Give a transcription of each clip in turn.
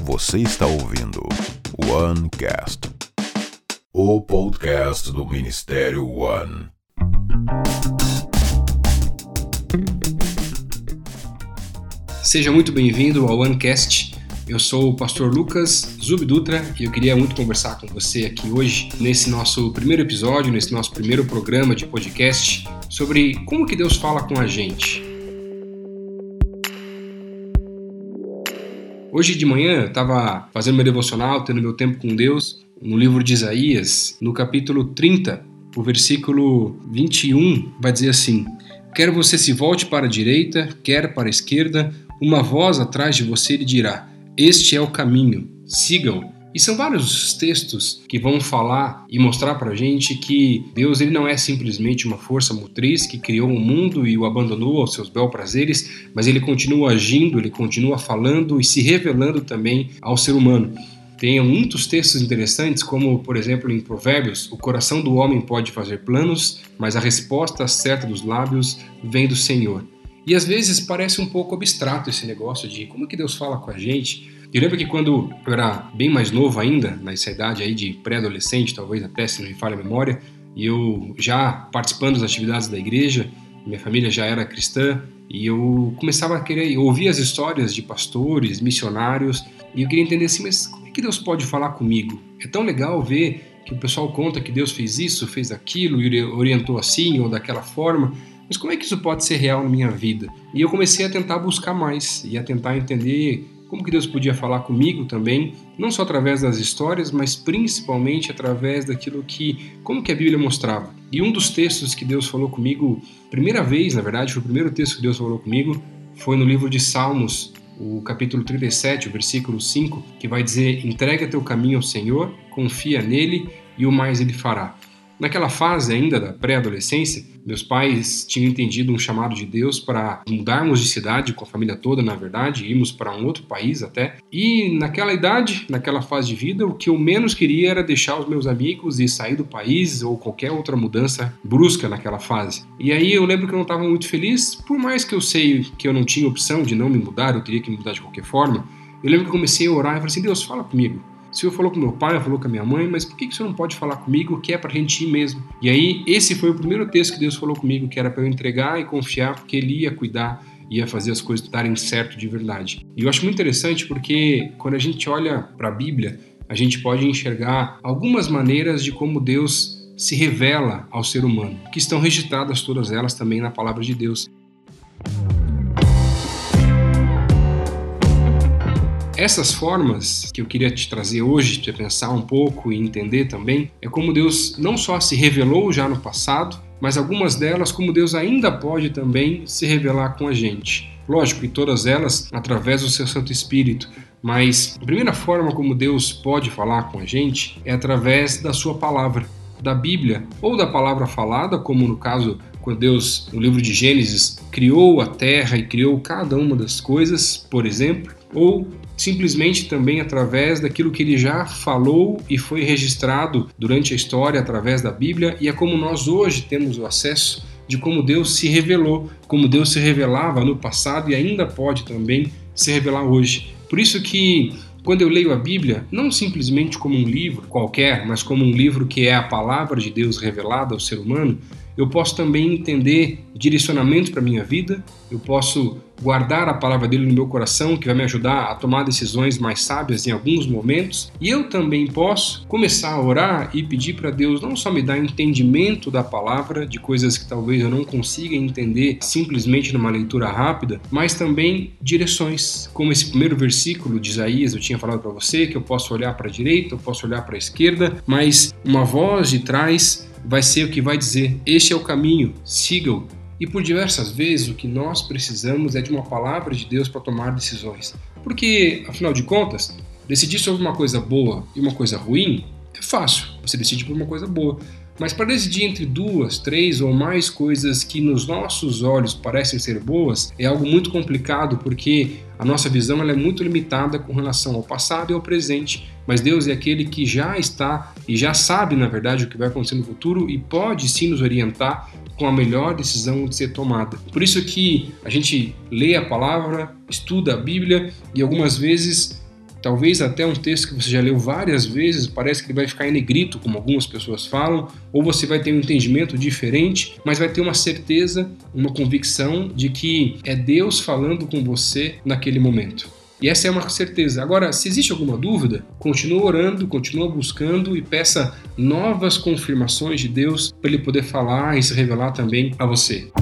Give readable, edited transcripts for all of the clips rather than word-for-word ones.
Você está ouvindo OneCast, o podcast do Ministério One. Seja muito bem-vindo ao OneCast. Eu sou o pastor Lucas Zubdutra e eu queria muito conversar com você aqui hoje, nesse nosso primeiro episódio, nesse nosso primeiro programa de podcast, sobre como que Deus fala com a gente. Hoje de manhã eu estava fazendo meu devocional, tendo meu tempo com Deus, no livro de Isaías, no capítulo 30, o versículo 21, vai dizer assim: quer você se volte para a direita, quer para a esquerda, uma voz atrás de você lhe dirá: este é o caminho, sigam-o. E são vários textos que vão falar e mostrar pra gente que Deus ele não é simplesmente uma força motriz que criou o mundo e o abandonou aos seus bel-prazeres, mas ele continua agindo, ele continua falando e se revelando também ao ser humano. Tem muitos textos interessantes, como, por exemplo, em Provérbios: o coração do homem pode fazer planos, mas a resposta certa dos lábios vem do Senhor. E às vezes parece um pouco abstrato esse negócio de como que Deus fala com a gente. Eu lembro que quando eu era bem mais novo ainda, nessa idade aí de pré-adolescente, talvez até, se não me falha a memória, e eu já participando das atividades da igreja, minha família já era cristã, e eu começava a querer ouvir as histórias de pastores, missionários, e eu queria entender assim, mas como é que Deus pode falar comigo? É tão legal ver que o pessoal conta que Deus fez isso, fez aquilo, e orientou assim ou daquela forma, mas como é que isso pode ser real na minha vida? E eu comecei a tentar buscar mais, e a tentar entender como que Deus podia falar comigo também, não só através das histórias, mas principalmente através daquilo como que a Bíblia mostrava. E um dos textos que Deus falou comigo, primeira vez, na verdade, foi o primeiro texto que Deus falou comigo, foi no livro de Salmos, o capítulo 37, o versículo 5, que vai dizer: entrega teu caminho ao Senhor, confia nele e o mais ele fará. Naquela fase ainda da pré-adolescência, meus pais tinham entendido um chamado de Deus para mudarmos de cidade com a família toda, na verdade, irmos para um outro país até. E naquela idade, naquela fase de vida, o que eu menos queria era deixar os meus amigos e sair do país ou qualquer outra mudança brusca naquela fase. E aí eu lembro que eu não estava muito feliz, por mais que eu sei que eu não tinha opção de não me mudar, eu teria que me mudar de qualquer forma. Eu lembro que eu comecei a orar e falei assim: Deus, fala comigo. O Senhor falou com meu pai, falou com a minha mãe, mas por que o Senhor não pode falar comigo que é pra gente ir mesmo? E aí, esse foi o primeiro texto que Deus falou comigo, que era para eu entregar e confiar, porque Ele ia cuidar, ia fazer as coisas darem certo de verdade. E eu acho muito interessante porque quando a gente olha para a Bíblia, a gente pode enxergar algumas maneiras de como Deus se revela ao ser humano, que estão registradas todas elas também na Palavra de Deus. Essas formas que eu queria te trazer hoje, para pensar um pouco e entender também, é como Deus não só se revelou já no passado, mas algumas delas como Deus ainda pode também se revelar com a gente. Lógico, e todas elas através do seu Santo Espírito, mas a primeira forma como Deus pode falar com a gente é através da sua palavra, da Bíblia, ou da palavra falada, como no caso quando Deus, no livro de Gênesis, criou a terra e criou cada uma das coisas, por exemplo, ou simplesmente também através daquilo que ele já falou e foi registrado durante a história através da Bíblia, e é como nós hoje temos o acesso de como Deus se revelou, como Deus se revelava no passado e ainda pode também se revelar hoje. Por isso que quando eu leio a Bíblia, não simplesmente como um livro qualquer, mas como um livro que é a palavra de Deus revelada ao ser humano, eu posso também entender direcionamentos para a minha vida, eu posso guardar a palavra dele no meu coração, que vai me ajudar a tomar decisões mais sábias em alguns momentos, e eu também posso começar a orar e pedir para Deus não só me dar entendimento da palavra, de coisas que talvez eu não consiga entender simplesmente numa leitura rápida, mas também direções, como esse primeiro versículo de Isaías eu tinha falado para você, que eu posso olhar para a direita, eu posso olhar para a esquerda, mas uma voz de trás vai ser o que vai dizer: este é o caminho, sigam-o. E por diversas vezes o que nós precisamos é de uma palavra de Deus para tomar decisões. Porque, afinal de contas, decidir sobre uma coisa boa e uma coisa ruim é fácil, você decide por uma coisa boa. Mas para decidir entre 2, 3 ou mais coisas que nos nossos olhos parecem ser boas, é algo muito complicado, porque a nossa visão ela é muito limitada com relação ao passado e ao presente. Mas Deus é aquele que já está e já sabe, na verdade, o que vai acontecer no futuro e pode sim nos orientar com a melhor decisão de ser tomada. Por isso que a gente lê a palavra, estuda a Bíblia e algumas vezes talvez até um texto que você já leu várias vezes, parece que ele vai ficar em negrito, como algumas pessoas falam, ou você vai ter um entendimento diferente, mas vai ter uma certeza, uma convicção de que é Deus falando com você naquele momento. E essa é uma certeza. Agora, se existe alguma dúvida, continue orando, continue buscando e peça novas confirmações de Deus para Ele poder falar e se revelar também a você.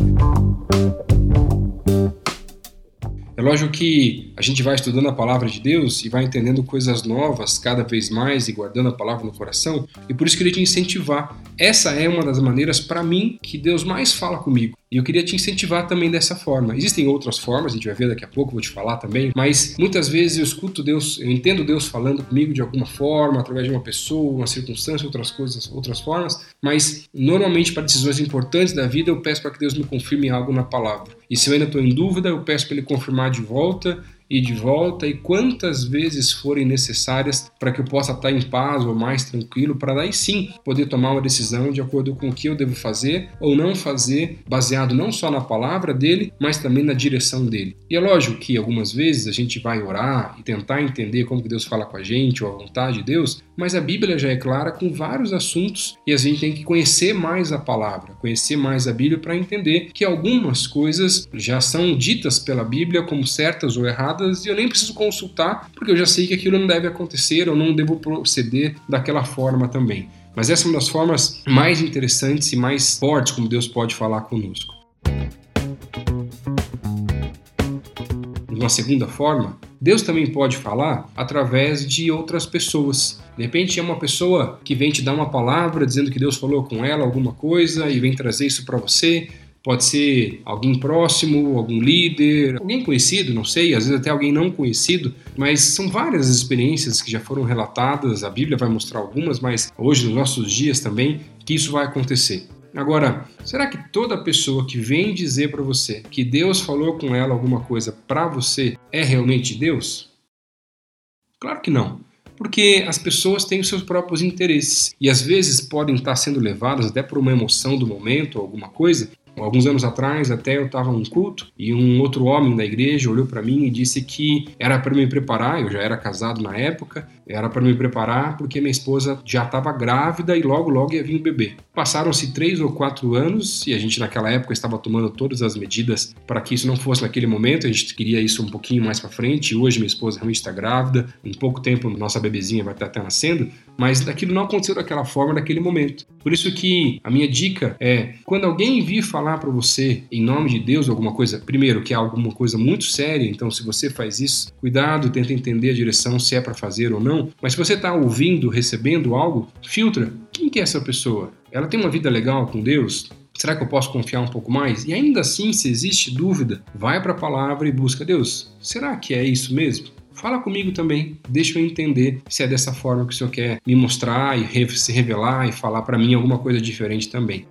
É lógico que a gente vai estudando a palavra de Deus e vai entendendo coisas novas cada vez mais e guardando a palavra no coração, e por isso eu queria te incentivar. Essa é uma das maneiras, para mim, que Deus mais fala comigo. E eu queria te incentivar também dessa forma. Existem outras formas, a gente vai ver daqui a pouco, vou te falar também, mas muitas vezes eu escuto Deus, eu entendo Deus falando comigo de alguma forma, através de uma pessoa, uma circunstância, outras coisas, outras formas, mas normalmente para decisões importantes da vida eu peço para que Deus me confirme algo na palavra. E se eu ainda estou em dúvida, eu peço para Ele confirmar de volta e quantas vezes forem necessárias para que eu possa estar em paz ou mais tranquilo, para daí sim poder tomar uma decisão de acordo com o que eu devo fazer ou não fazer, baseado não só na palavra dele, mas também na direção dele. E é lógico que algumas vezes a gente vai orar e tentar entender como que Deus fala com a gente ou a vontade de Deus, mas a Bíblia já é clara com vários assuntos e a gente tem que conhecer mais a palavra, conhecer mais a Bíblia para entender que algumas coisas já são ditas pela Bíblia como certas ou erradas e eu nem preciso consultar porque eu já sei que aquilo não deve acontecer ou não devo proceder daquela forma também. Mas essa é uma das formas mais interessantes e mais fortes como Deus pode falar conosco. Uma segunda forma, Deus também pode falar através de outras pessoas. De repente é uma pessoa que vem te dar uma palavra dizendo que Deus falou com ela alguma coisa e vem trazer isso para você. Pode ser alguém próximo, algum líder, alguém conhecido, não sei, às vezes até alguém não conhecido, mas são várias experiências que já foram relatadas, a Bíblia vai mostrar algumas, mas hoje, nos nossos dias também, que isso vai acontecer. Agora, será que toda pessoa que vem dizer para você que Deus falou com ela alguma coisa para você é realmente Deus? Claro que não. Porque as pessoas têm os seus próprios interesses e às vezes podem estar sendo levadas até por uma emoção do momento ou alguma coisa. Alguns anos atrás até eu estava num culto e um outro homem da igreja olhou para mim e disse que era para me preparar, eu já era casado na época, era para me preparar porque minha esposa já estava grávida e logo ia vir um bebê. Passaram-se 3 ou 4 anos e a gente naquela época estava tomando todas as medidas para que isso não fosse naquele momento, a gente queria isso um pouquinho mais para frente e hoje minha esposa realmente está grávida, em pouco tempo nossa bebezinha vai estar até nascendo, mas aquilo não aconteceu daquela forma naquele momento. Por isso que a minha dica é, quando alguém vir falar para você, em nome de Deus, alguma coisa, primeiro, que é alguma coisa muito séria, então se você faz isso, cuidado, tenta entender a direção, se é para fazer ou não, mas se você está ouvindo, recebendo algo, filtra, quem que é essa pessoa? Ela tem uma vida legal com Deus? Será que eu posso confiar um pouco mais? E ainda assim, se existe dúvida, vai para a palavra e busca Deus. Será que é isso mesmo? Fala comigo também, deixa eu entender se é dessa forma que o Senhor quer me mostrar e se revelar e falar para mim alguma coisa diferente também.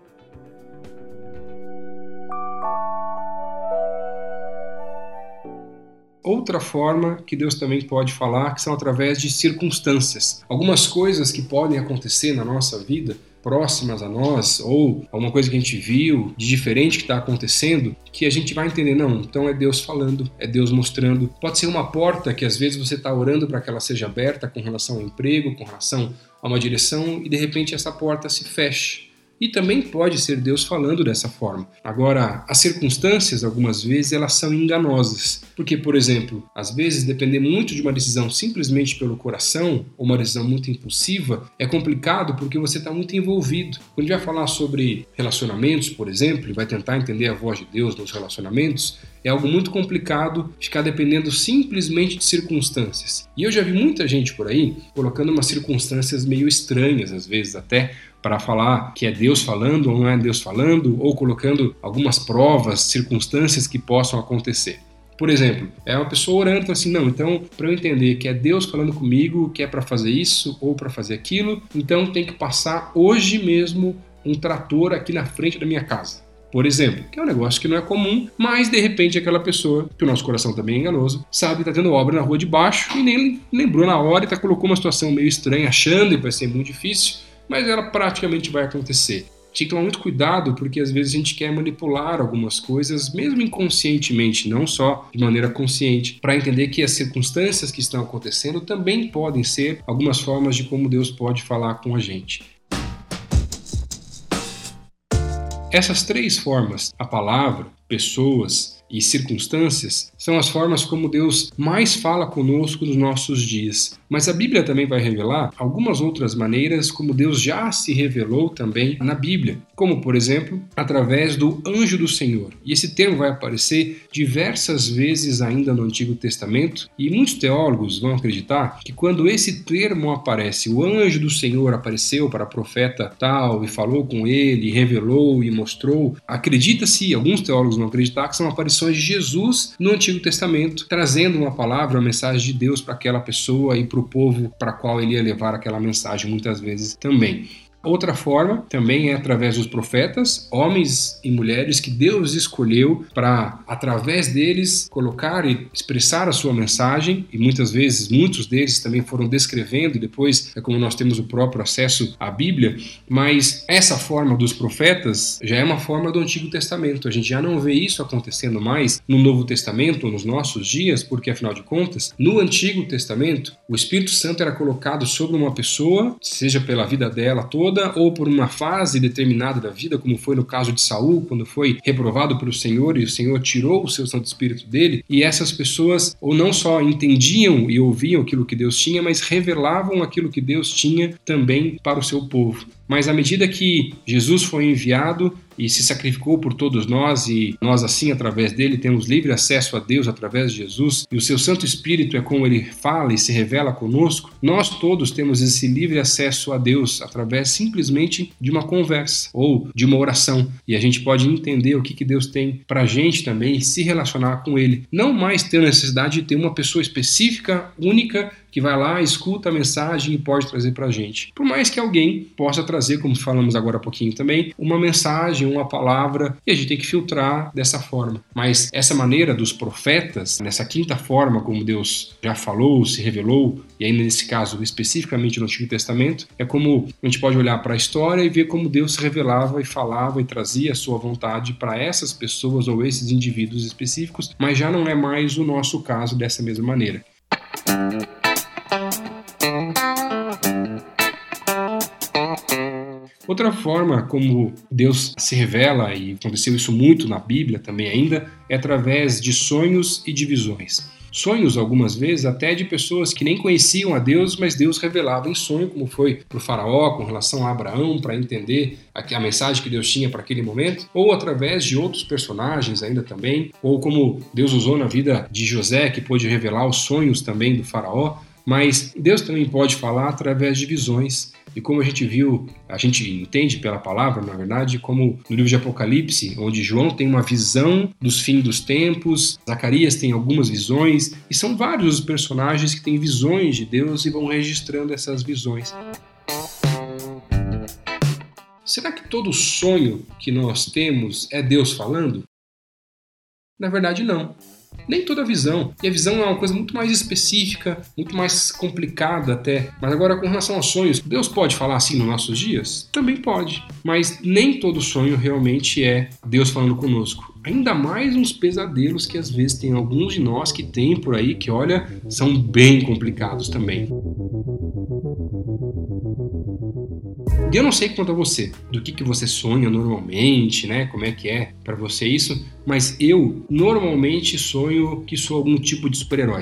Outra forma que Deus também pode falar, que são através de circunstâncias. Algumas coisas que podem acontecer na nossa vida, próximas a nós, ou alguma coisa que a gente viu de diferente que está acontecendo, que a gente vai entender, não, então é Deus falando, é Deus mostrando. Pode ser uma porta que às vezes você está orando para que ela seja aberta com relação ao emprego, com relação a uma direção, e de repente essa porta se fecha. E também pode ser Deus falando dessa forma. Agora, as circunstâncias, algumas vezes, elas são enganosas. Porque, por exemplo, às vezes depender muito de uma decisão simplesmente pelo coração, ou uma decisão muito impulsiva, é complicado porque você está muito envolvido. Quando a gente vai falar sobre relacionamentos, por exemplo, e vai tentar entender a voz de Deus nos relacionamentos, é algo muito complicado ficar dependendo simplesmente de circunstâncias. E eu já vi muita gente por aí colocando umas circunstâncias meio estranhas, às vezes até, para falar que é Deus falando ou não é Deus falando, ou colocando algumas provas, circunstâncias que possam acontecer. Por exemplo, é uma pessoa orando e fala assim, não, então para eu entender que é Deus falando comigo, que é para fazer isso ou para fazer aquilo, então tem que passar hoje mesmo um trator aqui na frente da minha casa. Por exemplo, que é um negócio que não é comum, mas de repente aquela pessoa, que o nosso coração também é enganoso, sabe que está tendo obra na rua de baixo e nem lembrou na hora e colocou uma situação meio estranha, achando que vai ser muito difícil, mas ela praticamente vai acontecer. tem que tomar muito cuidado, porque às vezes a gente quer manipular algumas coisas, mesmo inconscientemente, não só de maneira consciente, para entender que as circunstâncias que estão acontecendo também podem ser algumas formas de como Deus pode falar com a gente. Essas três formas, a palavra, pessoas e circunstâncias, são as formas como Deus mais fala conosco nos nossos dias. Mas a Bíblia também vai revelar algumas outras maneiras como Deus já se revelou também na Bíblia, como, por exemplo, através do anjo do Senhor. E esse termo vai aparecer diversas vezes ainda no Antigo Testamento, e muitos teólogos vão acreditar que quando esse termo aparece, o anjo do Senhor apareceu para profeta tal e falou com ele, revelou e mostrou, acredita-se, alguns teólogos vão acreditar que são aparições de Jesus no Antigo Testamento, trazendo uma palavra, uma mensagem de Deus para aquela pessoa e para o povo para qual ele ia levar aquela mensagem muitas vezes também. Outra forma também é através dos profetas, homens e mulheres que Deus escolheu para, através deles, colocar e expressar a sua mensagem, e muitas vezes, muitos deles também foram descrevendo, e depois é como nós temos o próprio acesso à Bíblia, mas essa forma dos profetas já é uma forma do Antigo Testamento. A gente já não vê isso acontecendo mais no Novo Testamento, nos nossos dias, porque afinal de contas, no Antigo Testamento, o Espírito Santo era colocado sobre uma pessoa, seja pela vida dela toda, ou por uma fase determinada da vida, como foi no caso de Saul, quando foi reprovado pelo Senhor e o Senhor tirou o seu Santo Espírito dele, e essas pessoas ou não só entendiam e ouviam aquilo que Deus tinha, mas revelavam aquilo que Deus tinha também para o seu povo. Mas à medida que Jesus foi enviado e se sacrificou por todos nós, e nós assim, através dele, temos livre acesso a Deus através de Jesus, e o seu Santo Espírito é como ele fala e se revela conosco, nós todos temos esse livre acesso a Deus através simplesmente de uma conversa ou de uma oração, e a gente pode entender o que Deus tem pra gente também e se relacionar com ele. Não mais ter necessidade de ter uma pessoa específica, única, que vai lá, escuta a mensagem e pode trazer pra gente. Por mais que alguém possa trazer, como falamos agora há pouquinho também, uma mensagem, uma palavra, e a gente tem que filtrar dessa forma. Mas essa maneira dos profetas, nessa quinta forma como Deus já falou, se revelou, e ainda nesse caso especificamente no Antigo Testamento, é como a gente pode olhar para a história e ver como Deus se revelava e falava e trazia a sua vontade para essas pessoas ou esses indivíduos específicos, mas já não é mais o nosso caso dessa mesma maneira. Outra forma como Deus se revela, e aconteceu isso muito na Bíblia também ainda, é através de sonhos e de visões. Sonhos, algumas vezes, até de pessoas que nem conheciam a Deus, mas Deus revelava em sonho, como foi para o faraó com relação a Abraão, para entender a mensagem que Deus tinha para aquele momento, ou através de outros personagens ainda também, ou como Deus usou na vida de José, que pôde revelar os sonhos também do faraó. Mas Deus também pode falar através de visões. E como a gente viu, a gente entende pela palavra, na verdade, como no livro de Apocalipse, onde João tem uma visão dos fins dos tempos, Zacarias tem algumas visões, e são vários os personagens que têm visões de Deus e vão registrando essas visões. Será que todo sonho que nós temos é Deus falando? Na verdade, não. Nem toda visão. E a visão é uma coisa muito mais específica, muito mais complicada até. Mas agora, com relação aos sonhos, Deus pode falar assim nos nossos dias? Também pode. Mas nem todo sonho realmente é Deus falando conosco. Ainda mais uns pesadelos que às vezes tem alguns de nós que tem por aí que, olha, são bem complicados também. E eu não sei quanto a você, do que você sonha normalmente, né? Como é que é para você isso, mas eu normalmente sonho que sou algum tipo de super-herói.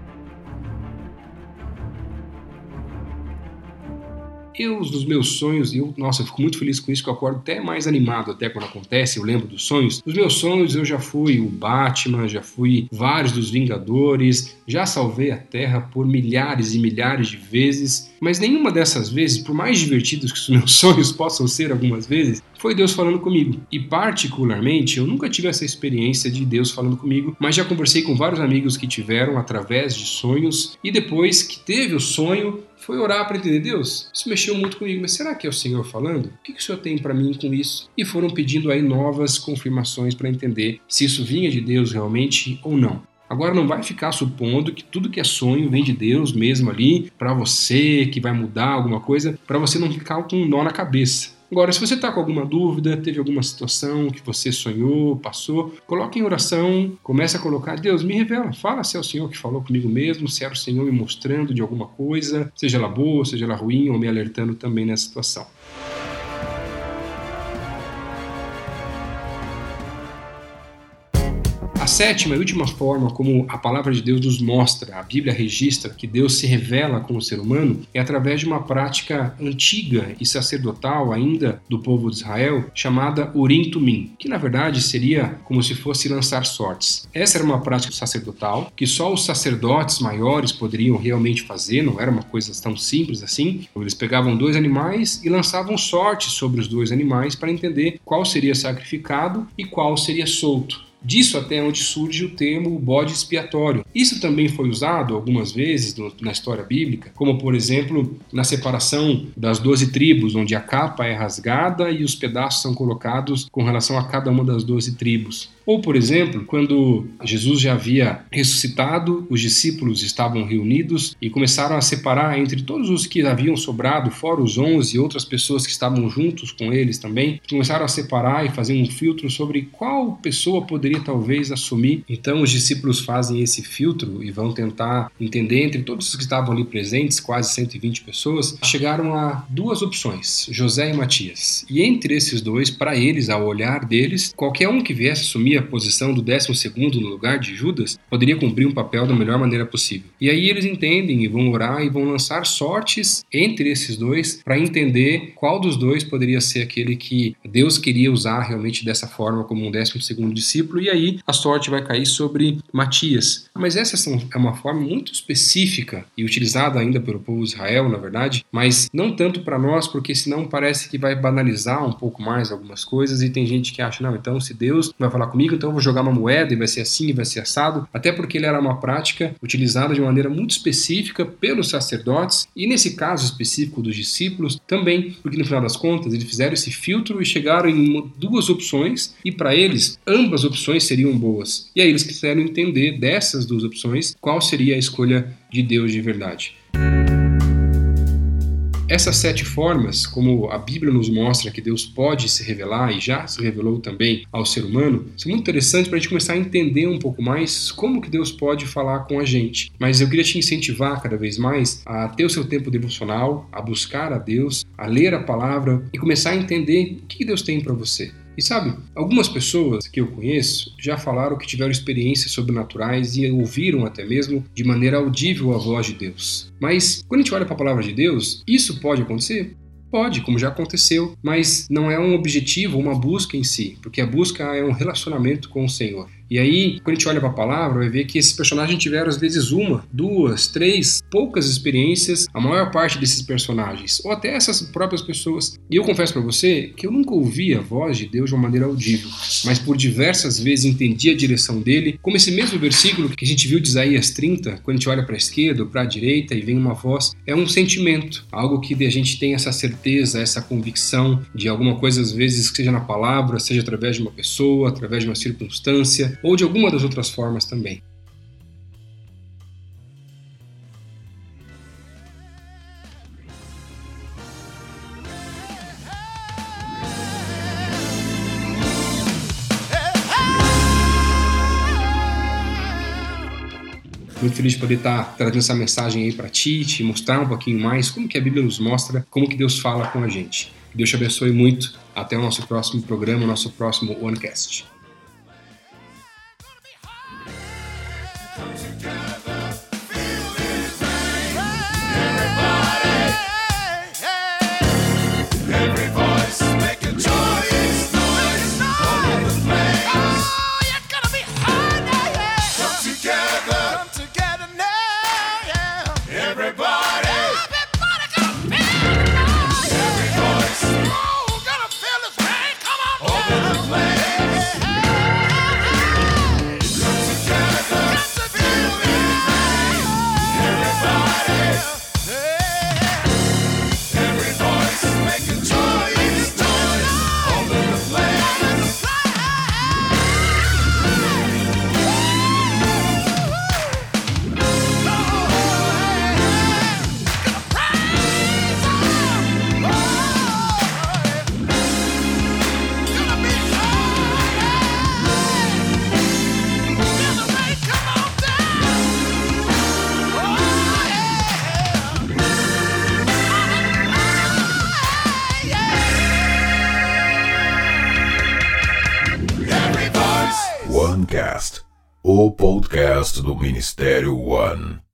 Dos meus sonhos, eu fico muito feliz com isso, que eu acordo até mais animado até quando acontece, eu lembro dos sonhos. Dos meus sonhos eu já fui o Batman, já fui vários dos Vingadores, já salvei a Terra por milhares e milhares de vezes, mas nenhuma dessas vezes, por mais divertidos que os meus sonhos possam ser algumas vezes, foi Deus falando comigo. E particularmente, eu nunca tive essa experiência de Deus falando comigo, mas já conversei com vários amigos que tiveram através de sonhos, e depois que teve o sonho, foi orar para entender, Deus, isso mexeu muito comigo, mas será que é o Senhor falando? O que o Senhor tem para mim com isso? E foram pedindo aí novas confirmações para entender se isso vinha de Deus realmente ou não. Agora não vai ficar supondo que tudo que é sonho vem de Deus mesmo ali, para você, que vai mudar alguma coisa, para você não ficar com um nó na cabeça. Agora, se você está com alguma dúvida, teve alguma situação que você sonhou, passou, coloque em oração, comece a colocar, Deus, me revela, fala se é o Senhor que falou comigo mesmo, se era o Senhor me mostrando de alguma coisa, seja ela boa, seja ela ruim, ou me alertando também nessa situação. A sétima e última forma como a palavra de Deus nos mostra, a Bíblia registra que Deus se revela com o ser humano, é através de uma prática antiga e sacerdotal ainda do povo de Israel, chamada Urim Tumim, que na verdade seria como se fosse lançar sortes. Essa era uma prática sacerdotal que só os sacerdotes maiores poderiam realmente fazer, não era uma coisa tão simples assim. Eles pegavam 2 animais e lançavam sortes sobre os 2 animais para entender qual seria sacrificado e qual seria solto. Disso até onde surge o termo bode expiatório. Isso também foi usado algumas vezes na história bíblica, como por exemplo na separação das 12 tribos, onde a capa é rasgada e os pedaços são colocados com relação a cada uma das 12 tribos. Ou, por exemplo, quando Jesus já havia ressuscitado, os discípulos estavam reunidos e começaram a separar entre todos os que haviam sobrado, fora os 11 e outras pessoas que estavam juntos com eles também, começaram a separar e fazer um filtro sobre qual pessoa poderia talvez assumir. Então os discípulos fazem esse filtro e vão tentar entender entre todos os que estavam ali presentes, quase 120 pessoas, chegaram a 2 opções, José e Matias. E entre esses 2, para eles, ao olhar deles, qualquer um que viesse assumir a posição do 12º no lugar de Judas poderia cumprir um papel da melhor maneira possível. E aí eles entendem e vão orar e vão lançar sortes entre esses 2 para entender qual dos 2 poderia ser aquele que Deus queria usar realmente dessa forma como um 12º discípulo, e aí a sorte vai cair sobre Matias. Mas essa é uma forma muito específica e utilizada ainda pelo povo de Israel, na verdade, mas não tanto para nós, porque senão parece que vai banalizar um pouco mais algumas coisas e tem gente que acha, não, então se Deus vai falar comigo, então eu vou jogar uma moeda e vai ser assim e vai ser assado, até porque ele era uma prática utilizada de maneira muito específica pelos sacerdotes e nesse caso específico dos discípulos também, porque no final das contas eles fizeram esse filtro e chegaram em 2 opções e para eles ambas opções seriam boas. E aí eles quiseram entender dessas 2 opções qual seria a escolha de Deus de verdade. Essas 7 formas, como a Bíblia nos mostra que Deus pode se revelar e já se revelou também ao ser humano, são muito interessantes para a gente começar a entender um pouco mais como que Deus pode falar com a gente. Mas eu queria te incentivar cada vez mais a ter o seu tempo devocional, a buscar a Deus, a ler a palavra e começar a entender o que Deus tem para você. E sabe, algumas pessoas que eu conheço já falaram que tiveram experiências sobrenaturais e ouviram até mesmo de maneira audível a voz de Deus. Mas quando a gente olha para a palavra de Deus, isso pode acontecer? Pode, como já aconteceu, mas não é um objetivo, uma busca em si, porque a busca é um relacionamento com o Senhor. E aí, quando a gente olha para a palavra, vai ver que esses personagens tiveram às vezes 1, 2, 3, poucas experiências, a maior parte desses personagens, ou até essas próprias pessoas. E eu confesso para você que eu nunca ouvi a voz de Deus de uma maneira audível, mas por diversas vezes entendi a direção dele, como esse mesmo versículo que a gente viu de Isaías 30, quando a gente olha para a esquerda ou para a direita e vem uma voz, é um sentimento, algo que a gente tem essa certeza, essa convicção de alguma coisa, às vezes, que seja na palavra, seja através de uma pessoa, através de uma circunstância, ou de alguma das outras formas também. Muito feliz de poder estar trazendo essa mensagem aí para ti, te mostrar um pouquinho mais como que a Bíblia nos mostra, como que Deus fala com a gente. Deus te abençoe muito. Até o nosso próximo programa, o nosso próximo OneCast. Play. OneCast, o podcast do Ministério One.